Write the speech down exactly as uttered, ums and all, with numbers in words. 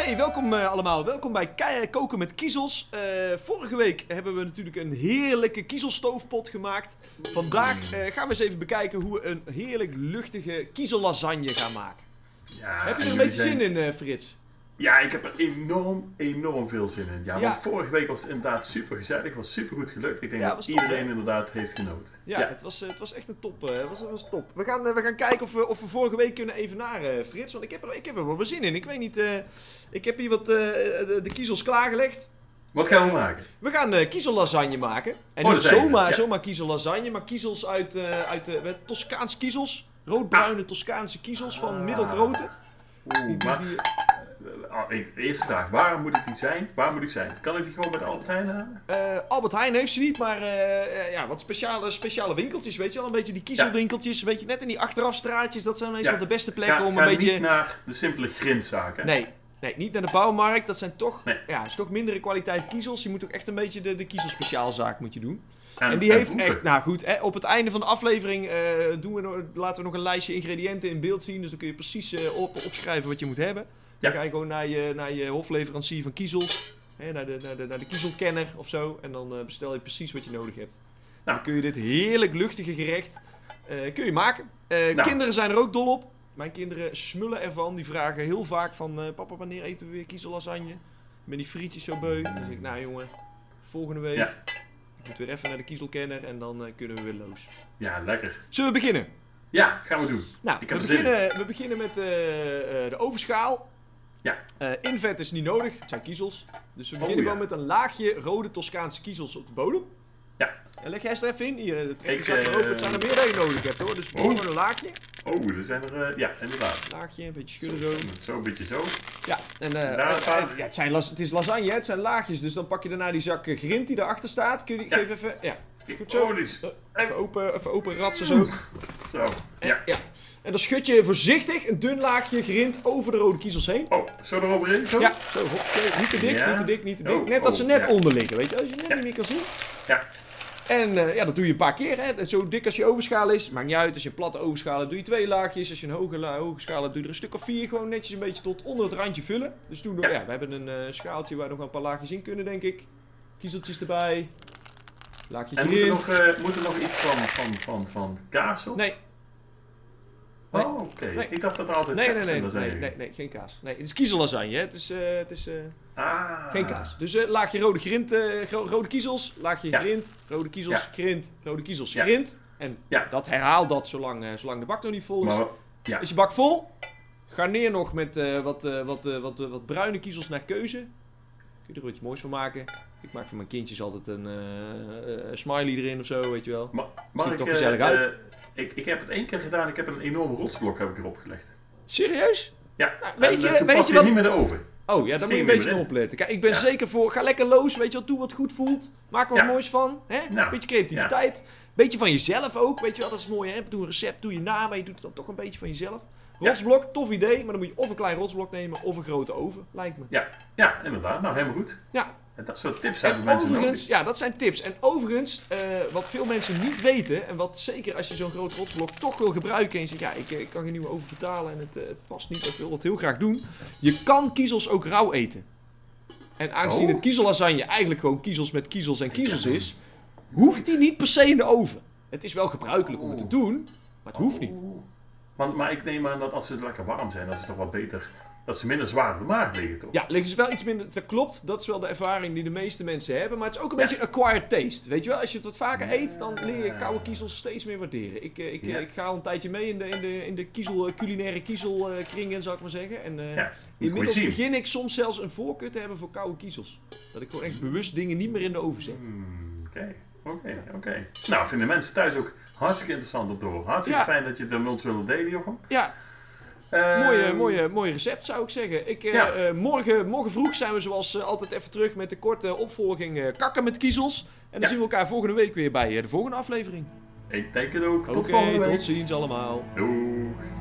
Hey, welkom uh, allemaal. Welkom bij K- Koken met Kiezels. Uh, vorige week hebben we natuurlijk een heerlijke kiezelstoofpot gemaakt. Vandaag uh, gaan we eens even bekijken hoe we een heerlijk luchtige kiezellasagne gaan maken. Ja, heb je er een beetje zijn... zin in, uh, Frits? Ja, ik heb er enorm, enorm veel zin in. Ja, ja. Want vorige week was het inderdaad super gezellig, was super goed gelukt. Ik denk ja, dat iedereen top, inderdaad heeft genoten. Ja, ja. Het, was, uh, het was echt een top. Uh, het was, het was top. We gaan, uh, we gaan kijken of we, of we vorige week kunnen evenaren, uh, Frits. Want ik heb, er, ik heb er wel zin in. Ik weet niet, uh, ik heb hier wat uh, de, de kiezels klaargelegd. Wat gaan we maken? We gaan uh, kiezellasagne maken. En oh, niet zomaar, ja. zomaar kiezellasagne, maar kiezels uit, uh, uit de uh, Toscaans kiezels. Roodbruine ah. Toscaanse kiezels van ah. middelgrootte. Oeh, maar... Oh, ik, eerste vraag, waar moet ik die zijn? Waar moet ik zijn? Kan ik die gewoon bij de Albert Heijn halen? Uh, Albert Heijn heeft ze niet, maar uh, ja, wat speciale, speciale winkeltjes, weet je wel. Een beetje die kiezelwinkeltjes, ja. Weet je, net in die achterafstraatjes. Dat zijn meestal ja. de beste plekken ga, om ga een beetje... niet naar de simpele grindzaken. Nee, nee, niet naar de bouwmarkt. Dat zijn toch, nee. ja, is toch mindere kwaliteit kiezels. Je moet ook echt een beetje de, de kiezelspeciaalzaak moet je doen. En, en die en heeft hoeven. echt, nou goed, hè, op het einde van de aflevering uh, doen we nog, laten we nog een lijstje ingrediënten in beeld zien. Dus dan kun je precies uh, op, opschrijven wat je moet hebben. Dan ja. ga je gewoon naar je, naar je hofleverancier van kiezels, hè, naar, de, naar, de, naar de kiezelkenner of zo. En dan uh, bestel je precies wat je nodig hebt. Nou. Dan kun je dit heerlijk luchtige gerecht uh, kun je maken. Uh, nou. Kinderen zijn er ook dol op. Mijn kinderen smullen ervan. Die vragen heel vaak van, uh, papa, wanneer eten we weer kiezellasagne? Ik ben die frietjes zo beu. Dan zeg ik, nou jongen, volgende week. Ja. Ik moet weer even naar de kiezelkenner en dan uh, kunnen we weer los. Ja, lekker. Zullen we beginnen? Ja, gaan we doen. Nou, ik we, heb beginnen, we beginnen met uh, uh, de ovenschaal. Ja. Uh, invet is niet nodig, het zijn kiezels. Dus we beginnen oh, ja. gewoon met een laagje rode Toscaanse kiezels op de bodem. Ja. En leg jij eens er even in. Hier, trek ik, je zak erop. Het zijn er meer dan je nodig hebt hoor. Dus gewoon een laagje. Oh, er zijn er, uh, ja, inderdaad. Laagje, een beetje schudden zo. Zo, zo een beetje zo. Ja, en uh, en uh, ja, het, zijn las, het is lasagne, het zijn laagjes. Dus dan pak je daarna die zak grind die erachter staat. Kun je die, ja. Geef even, ja. Goed zo. Oh, dit is... Even open, even open ratsen zo. Zo, en, ja. ja. En dan schud je voorzichtig een dun laagje grind over de rode kiezels heen. Oh, zo eroverheen? Zo? Ja, zo. Hop, niet te dik, ja. niet te dik, niet te dik. Oh, net dat oh, ze net ja. onder liggen, weet je. Als je net ja. niet meer kan zien. Ja. En uh, ja, dat doe je een paar keer. Hè. Zo dik als je ovenschaal is. Maakt niet uit. Als je een platte ovenschaal hebt, doe je twee laagjes. Als je een hoge, la- hoge schaal hebt, doe je er een stuk of vier. Gewoon netjes een beetje tot onder het randje vullen. Dus toen nog, ja. ja, we hebben een uh, schaaltje waar nog een paar laagjes in kunnen, denk ik. Kiezeltjes erbij. Laagjes en erin. moet er, nog, uh, moet er nog iets van, van, van, van kaas op? Nee. Nee. Oh, oké. Okay. Nee. Ik dacht dat er altijd nee, kaas nee, in nee, nee, nee, nee, geen kaas. Nee, het is kiezellasagne, hè. Het is, uh, het is uh, ah. geen kaas. Dus uh, laagje rode grind, uh, rode kiezels, laagje ja. grind, rode kiezels, ja. grind, rode kiezels, ja. grind. En ja. dat herhaal dat zolang, uh, zolang de bak nog niet vol is. Maar, ja. Is je bak vol? Garneer nog met uh, wat, uh, wat, uh, wat, uh, wat bruine kiezels naar keuze. Kun je er wel iets moois van maken. Ik maak voor mijn kindjes altijd een uh, uh, smiley erin of zo, weet je wel. Ma Ziet er ik, toch gezellig uh, uit. Uh, ik, ik heb het één keer gedaan, ik heb een enorme rotsblok heb ik erop gelegd. Serieus? Ja, nou, weet en, je, uh, toen weet past je hij wat... niet meer in de oven. Oh ja, daar moet je een beetje op opletten. Kijk, ik ben ja. zeker voor, ga lekker los, weet je wat, doe wat goed voelt. Maak er wat ja. moois van, hè? Nou, beetje creativiteit. Ja. Beetje van jezelf ook, weet je wel, dat is mooi, hè? Doe een recept, doe je na, maar je doet het dan toch een beetje van jezelf. Rotsblok, ja. tof idee, maar dan moet je of een klein rotsblok nemen of een grote oven, lijkt me. Ja, ja inderdaad. Nou, helemaal goed. Ja. En dat soort tips hebben mensen nodig. Ja, dat zijn tips. En overigens, uh, wat veel mensen niet weten, en wat zeker als je zo'n groot rotsblok toch wil gebruiken en je zegt, ja, ik, ik kan geen nieuwe oven betalen en het, uh, het past niet, ik wil het heel graag doen. Je kan kiezels ook rauw eten. En aangezien oh. het kiezellasagne eigenlijk gewoon kiezels met kiezels en kiezels is, hoeft die niet per se in de oven. Het is wel gebruikelijk om het te doen, maar het hoeft niet. Maar, maar ik neem aan dat als ze lekker warm zijn, dat is toch wat beter, dat ze minder zwaar op de maag liggen, toch? Ja, liggen ze wel iets minder, dat klopt, dat is wel de ervaring die de meeste mensen hebben, maar het is ook een ja. beetje een acquired taste, weet je wel? Als je het wat vaker eet, dan leer je koude kiezels steeds meer waarderen. Ik, ik, ja. ik ga al een tijdje mee in de, in de, in de kiezel, culinaire kiezelkringen, zou ik maar zeggen. En uh, ja, inmiddels begin ik soms zelfs een voorkeur te hebben voor koude kiezels. Dat ik gewoon echt bewust dingen niet meer in de oven zet. Oké, oké, oké. Nou, vinden mensen thuis ook hartstikke interessant op door. Hartstikke ja. fijn dat je het met ons wilde delen, Jochem. Ja. Uh, mooie, mooie, mooie recept zou ik zeggen. Ik, uh, ja. uh, morgen, morgen vroeg zijn we zoals uh, altijd even terug met de korte opvolging uh, kakken met kiezels. En dan ja. zien we elkaar volgende week weer bij uh, de volgende aflevering. Ik denk het ook. Tot okay, volgende week. Tot ziens allemaal. Doeg.